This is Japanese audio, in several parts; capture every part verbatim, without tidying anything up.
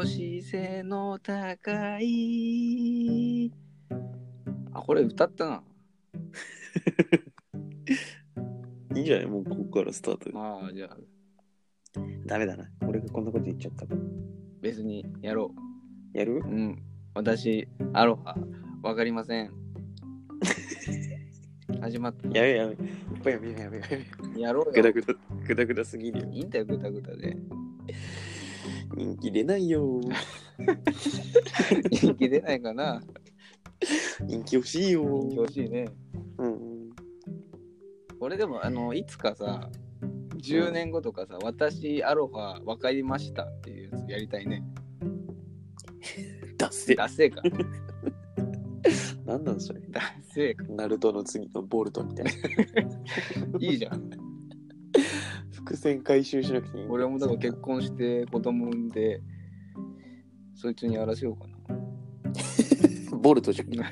し背の高い。あ、これ歌ったな。 いいんじゃない？もうここからスタート。 まあじゃあダメだな。俺がこんなこと言っちゃったから。 別にやろやる？ う。うん。私、アロハ、わかりません。始まった。 やめやめ。やめやめやめやめ。 やろうよ。 ぐだぐだ、ぐだぐだすぎるよ。 いいんだよ、ぐだぐだで。 人気出ないよ。 人気出ないかな。 人気欲しいよ。 人気欲しいね。 うん。 これでも、あの、いつかさ、じゅうねんごとかさ、うん、私、アロハ、わかりましたっていうやつやりたいね。 ダッセー。 ダッセーか。 なんなんそれ。 ダッセーか。 ナルトの次のボルトみたいな。 いいじゃん。 伏線回収しなくていい。 俺もだから結婚して子供産んで、そいつにやらせようかな。 ボルトじゃん。い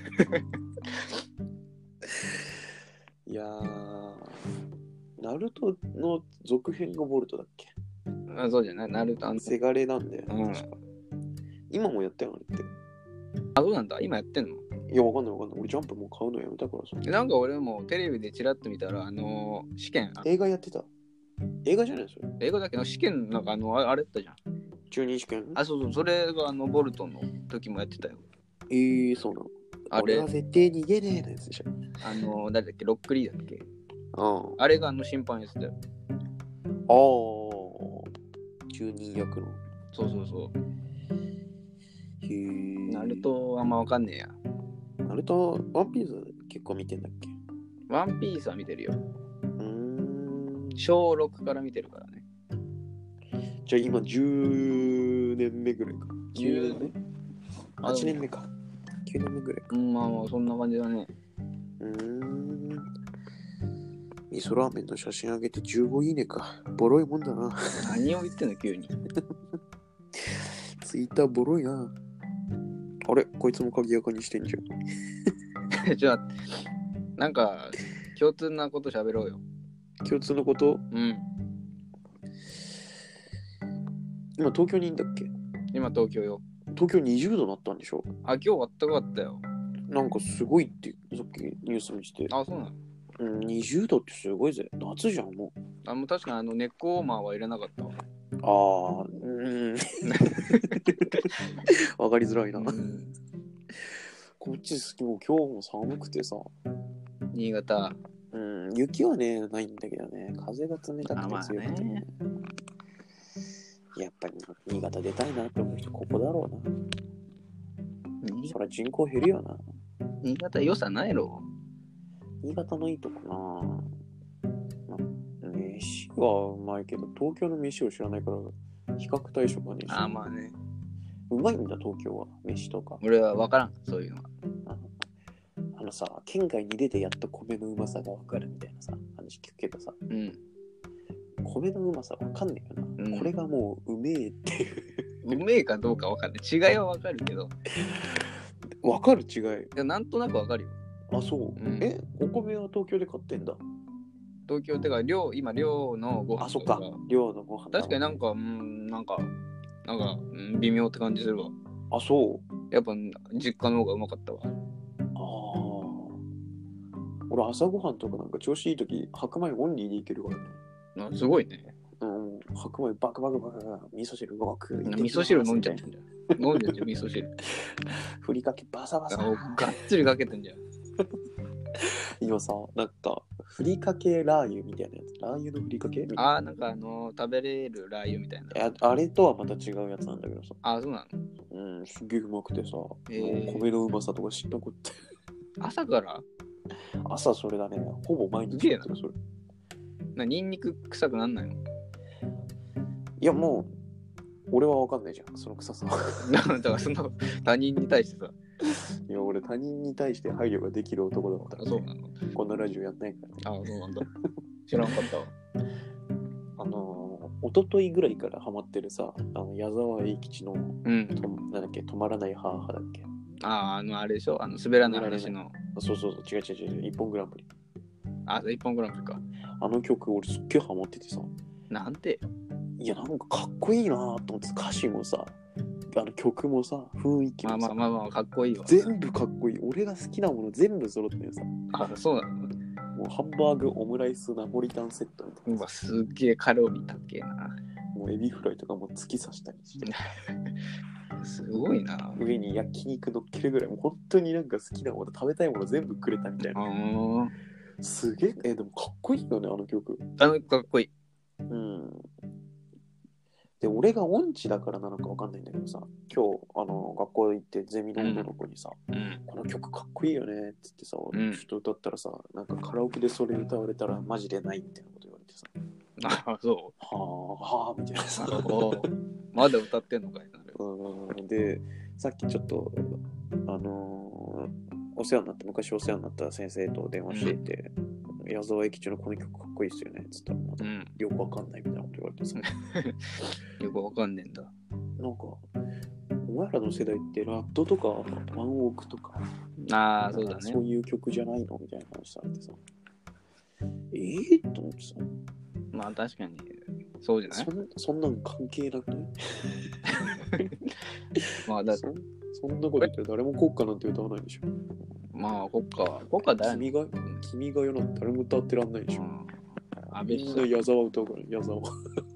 やー、ナルトの続編がボルトだっけ？ あ、そうじゃない。ナルトあんせがれなんだよね、 うん、 確か。今もやってんのあれって。 あ、そうなんだ。今やってんの？ いや、わかんないわかんない。俺ジャンプもう買うのやめたからさ。 なんか俺もテレビでチラッと見たら、あのー、試験。 映画やってた？映画じゃないそれ。 映画だけど試験なんかあの、あれだったじゃん。 中二試験？ あ、そうそう。それがあの、ボルトの時もやってたよ。 えー、そうなの。あれは絶対逃げねえのやつでしょ。 あの、誰だっけ？ロックリーだっけ？ ああれがあの審判やつだよ。 ああ、中二役の。 そうそうそう。 へー。 ナルトあんまわかんねえや。 ナルト、ワンピース結構見てんだっけ？ ワンピースは見てるよ。 うーん。 小ろくから見てるからね。 じゃあ今じゅうねんめぐらいか。きゅうねんめ ?はち 年目か。きゅうねんめぐらいか。 うん、まあまあそんな感じだね。 うーん。味噌ラーメンの写真あげてじゅうごいいねか。ボロいもんだな。 何を言ってんの急に。 ツイッターボロいな。あれこいつも鍵垢にしてんじゃん。じゃあ、なんか共通なこと喋ろうよ。 共通のこと？ うん。 今東京にいんだっけ？ 今東京よ。 東京にじゅうどなったんでしょ？ あ、今日あったかかったよ。 なんかすごいってさっきニュース見てて。 あ、そうなの？ うん、にじゅうどってすごいぜ。夏じゃんもう。 あ、もう確かにあのネックウォーマーは入れなかったわ。 ああ、うん。わかりづらいな。 うん、 こっち好きも今日も寒くてさ。 新潟。 うん、雪はね、ないんだけどね。風が冷たくて強くてね。 まあね、 やっぱり新潟出たいなって思う人ここだろうな。そりゃ人口減るよな。 新潟良さないろ。 新潟のいいとこな。まあ、飯はうまいけど、東京の飯を知らないから比較対象がねえし。 あ、まあね。 うまいんだ、東京は。飯とか。 俺は分からん、そういうのは。 ああのさ、県外に出てやっと米のうまさが分かるみたいなさ、話聞くけどさ、 うん。 米のうまさ分かんねえよな。うん、これがもううめえっていう。 うめえかどうか分かんない。違いは分かるけど。 分かる違い。いや、なんとなく分かるよ。 あ、そう。うん、え、お米は東京で買ってんだ。 東京ってか、寮、今、寮のご飯。 あ、そっか。寮のご飯。 確かになんか、うん、なんか、なんか、うん、微妙って感じするわ。 あ、そう。 やっぱ、実家の方がうまかったわ。ああ。俺、朝ごはんとかなんか調子いいとき、白米オンリーでいけるからね。すごいね。 うん、白米バクバクバクバク、味噌汁ごく。 味噌汁飲んじゃってんじゃん。飲んでんじゃん、味噌汁。 ふりかけバサバサ。 がっつりかけてんじゃん。 今さ、なんか、ふりかけラー油みたいなやつ。ラー油のふりかけああ、なんかあのー、食べれるラー油みたいな。 あ, あれとはまた違うやつなんだけどさ。 ああ、そうなのうん、すげえうまくてさ、 えー、 米のうまさとか知ったこって。 朝から朝それだね。ほぼ毎日やってる、それ。 な、ニンニク臭くなんないの？ いや、もう、俺はわかんないじゃん、その臭さは。 だからその他人に対してさ。 いや、俺他人に対して配慮ができる男だったから、 ね、そうなの？ こんなラジオやんないからね。 ああ、そうなんだ。知らんかったわ。 あのー、一昨日ぐらいからハマってるさ、あの矢沢永吉の、うん、となんだっけ、止まらない母だっけ。 ああ、あの、あれでしょ、あの、滑らない話の。 そうそうそう、違う違う違う、一本グランプリ。 あ、一本グランプリか。 あの曲、俺すっげえハマっててさ。 なんて？ いや、なんかかっこいいなと思って、歌詞もさ、 あの曲もさ、雰囲気もさ、 まあまあまあまあ、かっこいいわ。 全部かっこいい。俺が好きなもの全部揃ってるさ。 あ、そうなの。 もうハンバーグ、オムライス、ナポリタンセットみたいうなわ、すっげえカロリー高えな。 もうエビフライとかも突き刺したりして。 すごいな。 上に焼肉乗っけるぐらい、もう本当になんか好きなもの、食べたいもの全部くれたみたいな。 あーすげえ、え、でもかっこいいよね、あの曲。 あのかっこいい。 うん。で、俺が音痴だからなのかわかんないんだけどさ、今日、あの、学校行ってゼミの女の子にさ、 うん。 この曲かっこいいよねっつってさ、 んちょっと歌ったらさ、なんかカラオケでそれ歌われたらマジでないみたいなこと言われてさ、 あ、そはあ、はあ、みたいなさ。 う。おーまだ歌ってんのかいな。 うんで、さっきちょっと、あのーお世話になった、昔お世話になった先生と電話していて、矢沢永吉のこの曲かっこいいっすよねっつったら、 うん。 よくわかんないみたいなこと言われてさ、 よくわかんねえんだ。 なんか、お前らの世代ってラッドとかワンオークとか、 ああ、そうだね。 そういう曲じゃないのみたいな話されてさ、えぇ、と思ってさ、 まあ確かに、そうじゃないそんそんなん関係なくねまあだそそんなこと言ったら誰も国歌なんて歌わないでしょ。 まあ、国歌は、国歌誰君が、君が世の誰も歌ってらんないでしょ。 うん。安倍さ。 みんなん矢沢歌うから、矢沢。ワ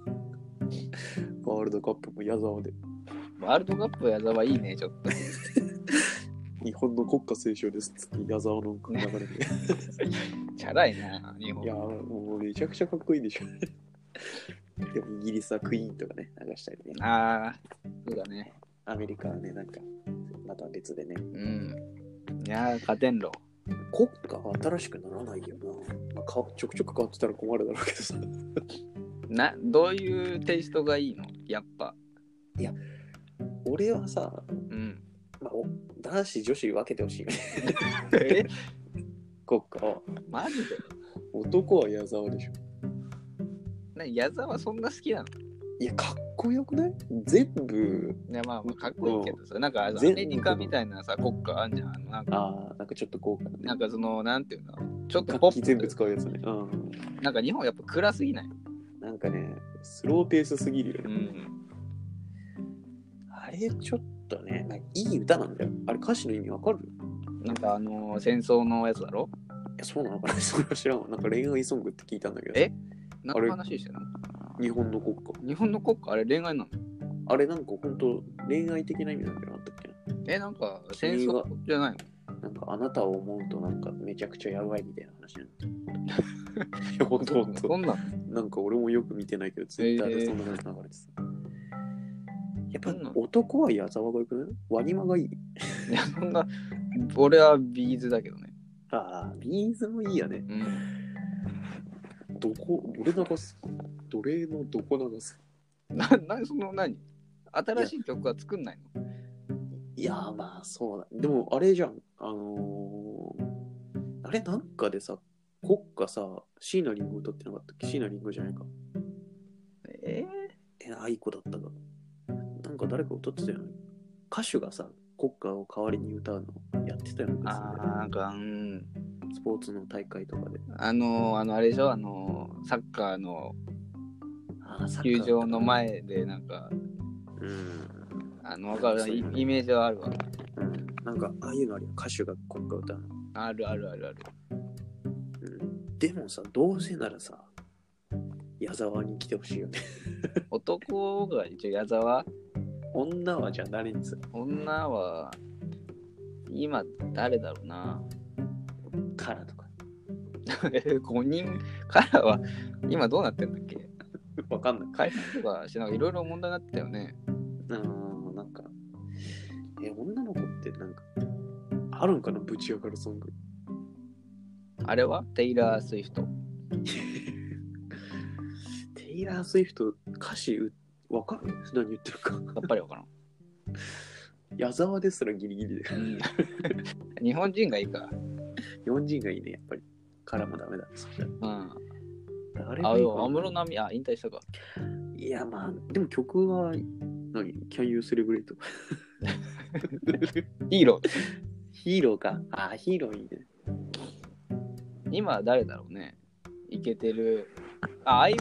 ールドカップも矢沢で。 ワールドカップ矢沢いいね、ちょっと。 日本の国歌斉唱ですっつって矢沢の流れで。 チャラいな、日本。 いや、もうめちゃくちゃかっこいいでしょ。でもイギリスはクイーンとかね、流したりね。 ああ、そうだね。 アメリカはね、なんか、また別でね。 うん。いやー、勝てんろ。 国歌は新しくならないよな。まあ、かちょくちょく変わってたら困るだろうけどさ。 な、どういうテイストがいいのやっぱ。 俺はさ、 うん。 まあ、お男子女子分けてほしいよね。 え国歌は。 マジで男は矢沢でしょ。 な矢沢そんな好きなのいや、かっこよくない全部。 いや、まあ、まあかっこいいけどさ、なんかア全部メリカみたいなさ、国歌あんじゃん。あのなんか、 ああ、なんかちょっと豪華なね。 なんかその、なんていうの、ちょっとポップ楽器全部使うやつね。うん。 なんか日本やっぱ暗すぎないなんかね、スローペースすぎるよね。 うん。 あれちょっとね、まあ、いい歌なんだよ。あれ歌詞の意味わかる？ なんかあのー戦争のやつだろいや、そうなのかなそれは知らんわ。なんか恋愛ソングって聞いたんだけど。 え何の話してんの日本の国歌。 日本の国歌あれ恋愛なのあれなんか本当恋愛的な意味なんじゃなかったっけえ、なんか戦争じゃないのな。なんかあなたを思うとなんかめちゃくちゃやばいみたいな話になってる。いや、ほんとほんと。 そんなのなんか俺もよく見てないけど、ツイッターでそんな話流れてた。やっぱ男は矢沢がよくないワニマがいい。 いや、そんな、俺はビーズだけどね。 ああ、ビーズもいいよね。 うん。 どこ、どれ流すどれのどこ流すな、な、その何新しい曲は作んないのいやーまあそうだ。でもあれじゃん。あのー、あれなんかでさ、国歌さ、椎名林檎歌ってなかったっけ椎名林檎じゃないか。 ええ、愛子だったか。なんか誰か歌ってたよね。歌手がさ、国歌を代わりに歌うのやってたよね。 ー、あー、なんか、うん。 スポーツの大会とかで。 あのー、あの、あれでしょあのー、サッカーのあー球場の。前で、なんか、 うん。 あの、わかる、イイメージはあるわ。 うん。なんか、ああいうのあるよ。歌手が国歌歌うの。 あるあるあるある。 うん。でもさ、どうせならさ、矢沢に来てほしいよね。 男が一応矢沢女はじゃあ誰にする？ 女は、今誰だろうな。 カラとか。 ごにんからは、今どうなってんだっけわかんない。 解散とかしながらいろいろ問題になってたよね。 あーなんか、え、女の子ってなんか、あるんかなぶち上がるソング。 あれはテイラー・スウィフト。 テイラー・スウィフト、歌詞う、わかる何言ってるか。 やっぱりわからん。 矢沢ですらギリギリで。 うん、日本人がいいか。 日本人がいいね、やっぱり。からもダメだ。そしたらうん。 あれあ、 がいいかな安室奈美、あ、引退したか。 いや、まあ、でも曲は、何 ?Can You Celebrate? ヒーロー。 ヒーローか。あ、ヒーローいいね。 今誰だろうね。イケてる。あ、あいみょん。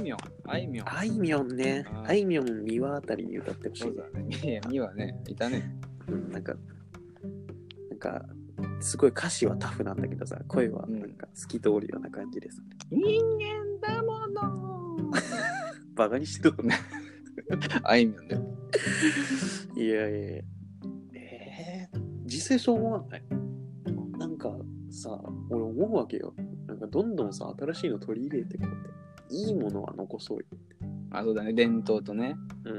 あいみょん。 あいみょんねあ。ーあいみょん、三輪あたりに歌ってほしいそう。だね。いや、にはね、いたね。 うん、なんか、なんか、すごい歌詞はタフなんだけどさ、声はなんか透き通るような感じでさ。 人間だもの。 バカにしてるあいみょんで。 いやいやいや。えー、実際そう思わない？なんかさ、俺思うわけよ。なんかどんどんさ、新しいの取り入れてこうって。いいものは残そうよ。 あ、そうだね。伝統とね。 うん。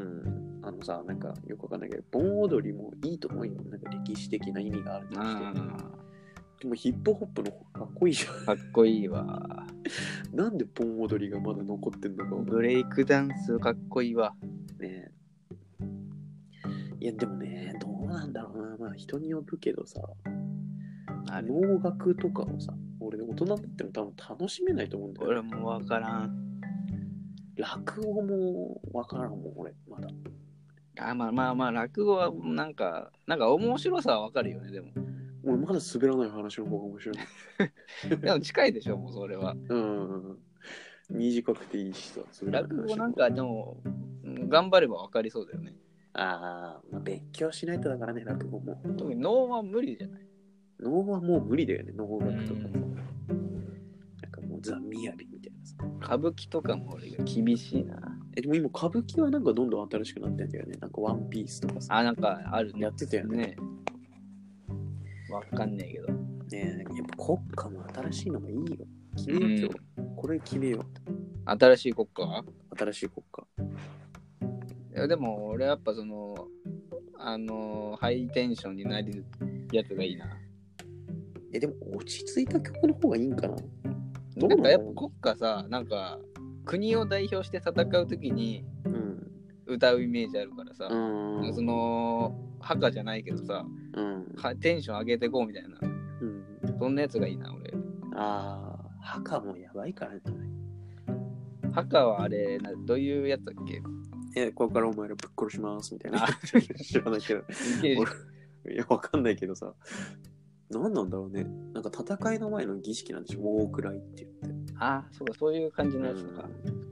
あのさ、なんかよくわかんないけど、盆踊りもいいと思うよ。なんか歴史的な意味があるとして。 あでもヒップホップの方がかっこいいじゃあ、かっこいいわ。 ん。なんで盆踊りがまだ残ってんのかわかんないブレイクダンスかっこいいわ。 ね。いや、でもね、どうなんだろうな。まあ人によるけどさ、 あれ、 能楽とかをさ、俺大人になっても多分楽しめないと思うんだよ、 俺もわからん。 落語もわからんもん、俺、まだ。 あ、まあまあまあ、落語はなんか、なんか面白さはわかるよね、でも。 俺まだ滑らない話の方が面白い。 でも近いでしょ、もうそれは。 うん。短くていいしさ、滑らない話の方が落語なんかでも、うん頑張ればわかりそうだよね。 ああ、まあ、勉強しないとだからね、落語も。 特に能は無理じゃない。 能はもう無理だよね、能楽とかさ。 うんなんかもうザ・みやびみたいなさ。 歌舞伎とかも俺が厳しいな。 え、でも今歌舞伎はなんかどんどん新しくなってんだよね。なんかワンピースとかさ。 あ、なんかあるね。 やってたよね。 ねわかんねえけど。 ねえ、やっぱ国歌も新しいのもいいよ。決めよう、今日。これ決めよう。 新しい国歌新しい国歌。 いやでも俺やっぱその、あの、ハイテンションになるやつがいいな。 え、でも落ち着いた曲の方がいいんかな。どうなんかやっぱの国歌さ、なんか国を代表して戦うときにうん。 歌うイメージあるからさ、 うん。 その、墓じゃないけどさ、 うん。 はテンション上げてこうみたいな。 うん。 そんなやつがいいな、俺。 ああ、墓もやばいからね。 墓はあれ、などういうやつだっけ？ え、これからお前らぶっ殺しますみたいなあ。 知らないけど。 いける俺いや、わかんないけどさ。何なんだろうね。なんか戦いの前の儀式なんでしょ。ウォークライって言って。 あ、そうか、そういう感じのやつか。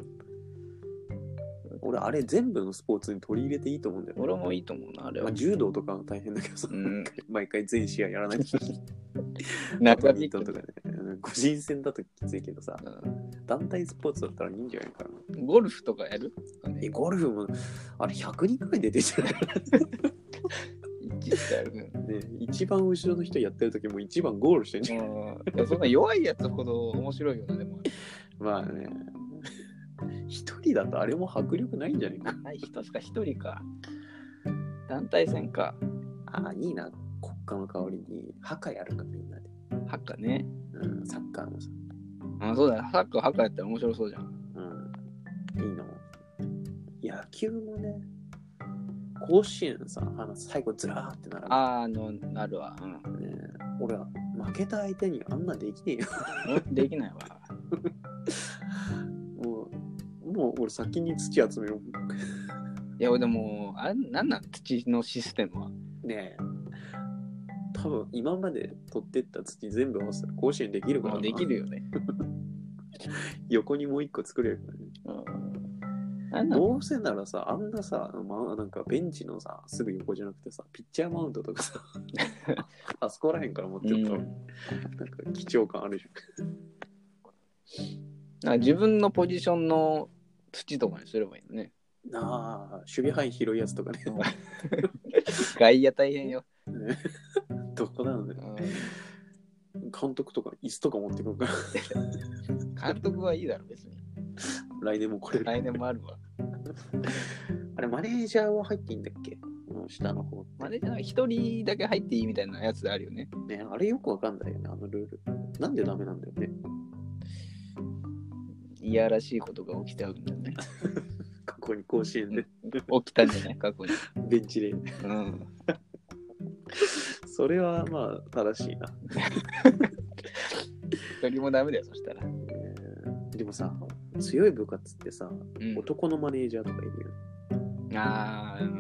俺、あれ全部のスポーツに取り入れていいと思うんだよね。 俺もいいと思うな、あれは。 まあ、柔道とかは大変だけどさ、 うん毎回全試合やらないと。 中バドミ引くントンとかね、うん個人戦だときついけどさ、 う団体スポーツだったらいいんじゃないかな。 んゴルフとかやるえ、ゴルフも、あれひゃくにんくらい出てるじゃない一致してやるね。 ね、一番後ろの人やってる時も一番ゴールしてんじゃん。 うんいやそんな弱いやつほど面白いよな、でも。 まあね、一人だとあれも迫力ないんじゃないか。 はい、人しか一人か。団体戦か。 ああ、いいな、国歌の代わりに墓やるかみんなで。 ハカね。 うん、サッカーのさ。 あ、そうだね。サッカーハカやったら面白そうじゃん。 うん、いいの。野球もね、甲子園さ、あの最後ずらーってならあー、あの、なるわ。うん。 ね、俺は負けた相手にあんなできねえよ。 できないわ。 もう、もう俺先に土集めよいや、でも、あれ、なんなん土のシステムは。 う。ねえ。多分今まで取ってった土全部合わせたら甲子園できるからな。 できるよね。 横にもう一個作れるからね。 うん。なんなんどうせならさ、あんなさ、まあ、なんかベンチのさ、すぐ横じゃなくてさ、ピッチャーマウントとかさ、あそこらへんから持ってったら、 うんなんか貴重感あるじなんか自分のポジションの土とかにすればいいのね。 ゃん。なあ、守備範囲広いやつとかね。 外野大変よ。 ねどこなのね。監督とか椅子とか持ってくるから監督はいいだろ、別に。 来年も来れる。 来年もあるわ。 あれ、マネージャーは入っていいんだっけ？下の方って。 マネージャーなんか一人だけ入っていいみたいなやつあるよね。 ね、あれよくわかんないよね、あのルール。なんでダメなんだよね。 いやらしいことが起きてあるんだよね。 過去に甲子園で起きたんじゃない過去に。 ベンチで。 うん。 それはまあ正しいな。 一人もダメだよ、そしたら。 えーでもさ、強い部活ってさ、 うん、 男のマネージャーとかいるよ。 あー、うん。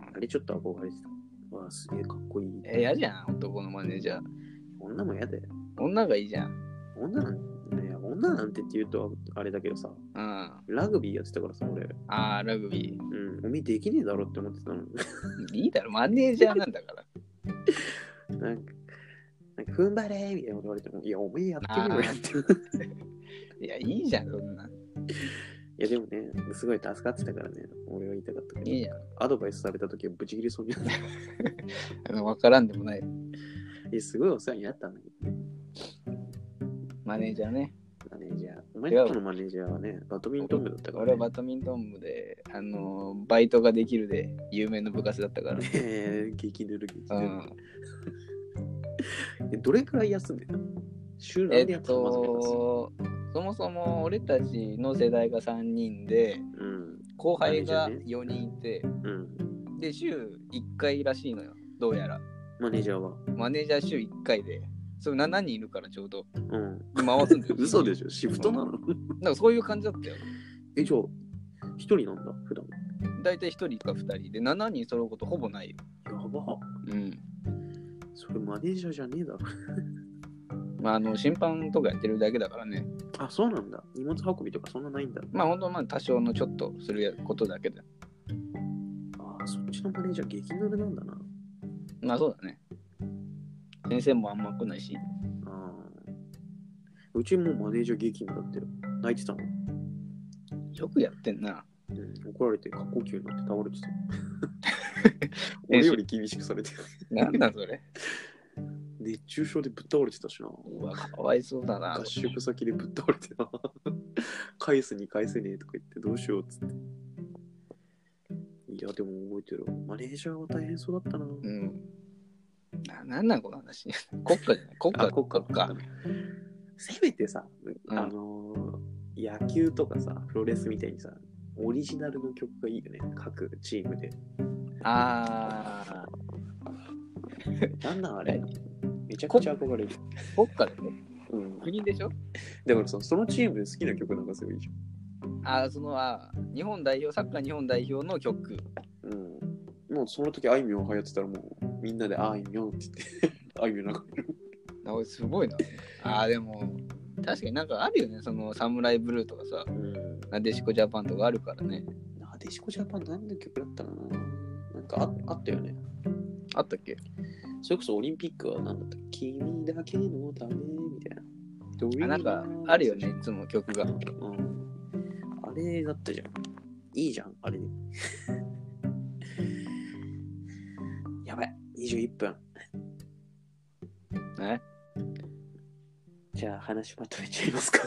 あれちょっと憧れてた。わあ、すげえかっこいい。 え、嫌じゃん、男のマネージャー。 女も嫌だよ。 女がいいじゃん。 女なんね、女女なんてって言うとあれだけどさ、 うん。あラグビーやってたからさ、俺。 あ、ラグビうん、おめえできねえだろって思ってたの。 ー。いいだろ、マネージャーなんだから。 なんか、なんか踏ん張れーみたいなこと言われても、いや、おめえやってみろやって。 いや、いいじゃん、そんな。 いや、でもね、すごい助かってたからね、俺は言いたかったけど。 いいじゃん。 アドバイスされたときはブチ切れそうになった。 あの、わからんでもない。 え、すごいお世話になったんだけどね。 マネージャーね。 マネージャー。お前のとこのマネージャーはね、バドミントン部だったから、ね。 俺はバドミントン部で、あの、バイトができるで有名な部活だったから。 ねえ、激ぬる激ぬる。 うん。 え、どれくらい休んでたの？週えっ何でやったのまず部活。 と、そもそも俺たちの世代がさんにんで、 うん。 後輩がマネージャーねよにんいて、 うん。 で、週いっかいらしいのよ、どうやら。 マネージャーは。 マネージャー週いっかいで、それしちにんいるからちょうど。 うん。 回すんだよ。 嘘でしょシフトなの、 なんかそういう感じだったよ。 え、じゃあ、一人なんだ、普段。 だいたいひとりかふたりで、しちにん揃うことほぼないよ。 やば。 うん。 それマネージャーじゃねえだろ。 まあ、あの、審判とかやってるだけだからね。 あ、そうなんだ。荷物運びとかそんなないんだ。 まあ、ほんと、まあ、多少のちょっとすることだけで。 ああ、そっちのマネージャー激ぬるなんだな。 まあ、そうだね。先生もあんま来ないし。 ああ。うちもマネージャー激務だったよ。泣いてたの。 よくやってんな。 うん、怒られて過呼吸になって倒れてた。俺より厳しくされてる。 なんだそれ。 熱中症でぶっ倒れてたしな。 うわ、かわいそうだな。 合宿先でぶっ倒れてな。返すに返せねえとか言ってどうしようっつって。いや、でも覚えてるわ。マネージャーは大変そうだったな。 うん。な、なんなんこの話。国家じゃない国家、 あ国家国家。 せめてさ、 うんあのー、野球とかさ、プロレスみたいにさ、オリジナルの曲がいいよね。各チームで。 あなんなんあれめちゃくちゃ憧れる。 ー、国家でね。 うん。 国でしょ。 だからさ、そのチームで好きな曲なんかすればいいじあー、その、あー日本代表、サッカー日本代表の曲。 ゃん。うん。もうその時、あいみょん流行ってたらもう、みんなであいみょんって言って、あいみょん流れる。 あ、すごいな。あー、でも、確かになんかあるよね。その、サムライブルーとかさ、 うん。 なでしこジャパンとかあるからね。 なでしこジャパン何の曲だったかな。なんかああったよね。 あったっけ。 それこそオリンピックは何だったっけ。君だけのためみたいな。 あ、なんかあるよね、いつも曲が。 うん。あれだったじゃん。いいじゃん、あれで。やばい、にじゅういっぷん。 ね。 じゃあ話まとめちゃいますか。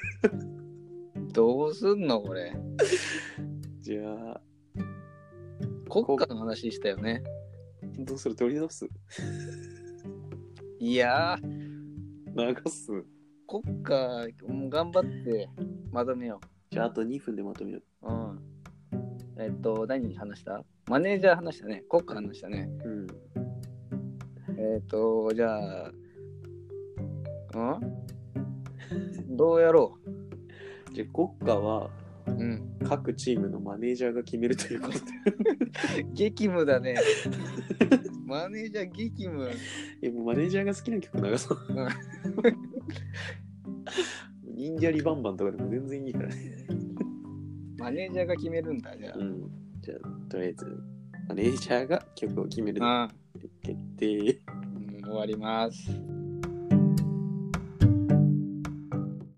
どうすんのこれ。 じゃあ、 国家の話したよね。 どうする取り直すいやー、 流す国家、もう頑張ってまとめよじゃああとにふんでまとめよう。 う。うん。えっと、何話したマネージャー話したね。国家話したね。 うん。 えっと、じゃあ、うんどうやろじゃあ国家はう。うん。 各チームのマネージャーが決めるということで。 激務だね。マネージャー激務。 いやもうマネージャーが好きな曲流そう。 うん忍者リバンバンとかでも全然いいからね。 マネージャーが決めるんだ、じゃあ。 うん。じゃあとりあえずマネージャーが曲を決めるあ決定。 うん、終わります。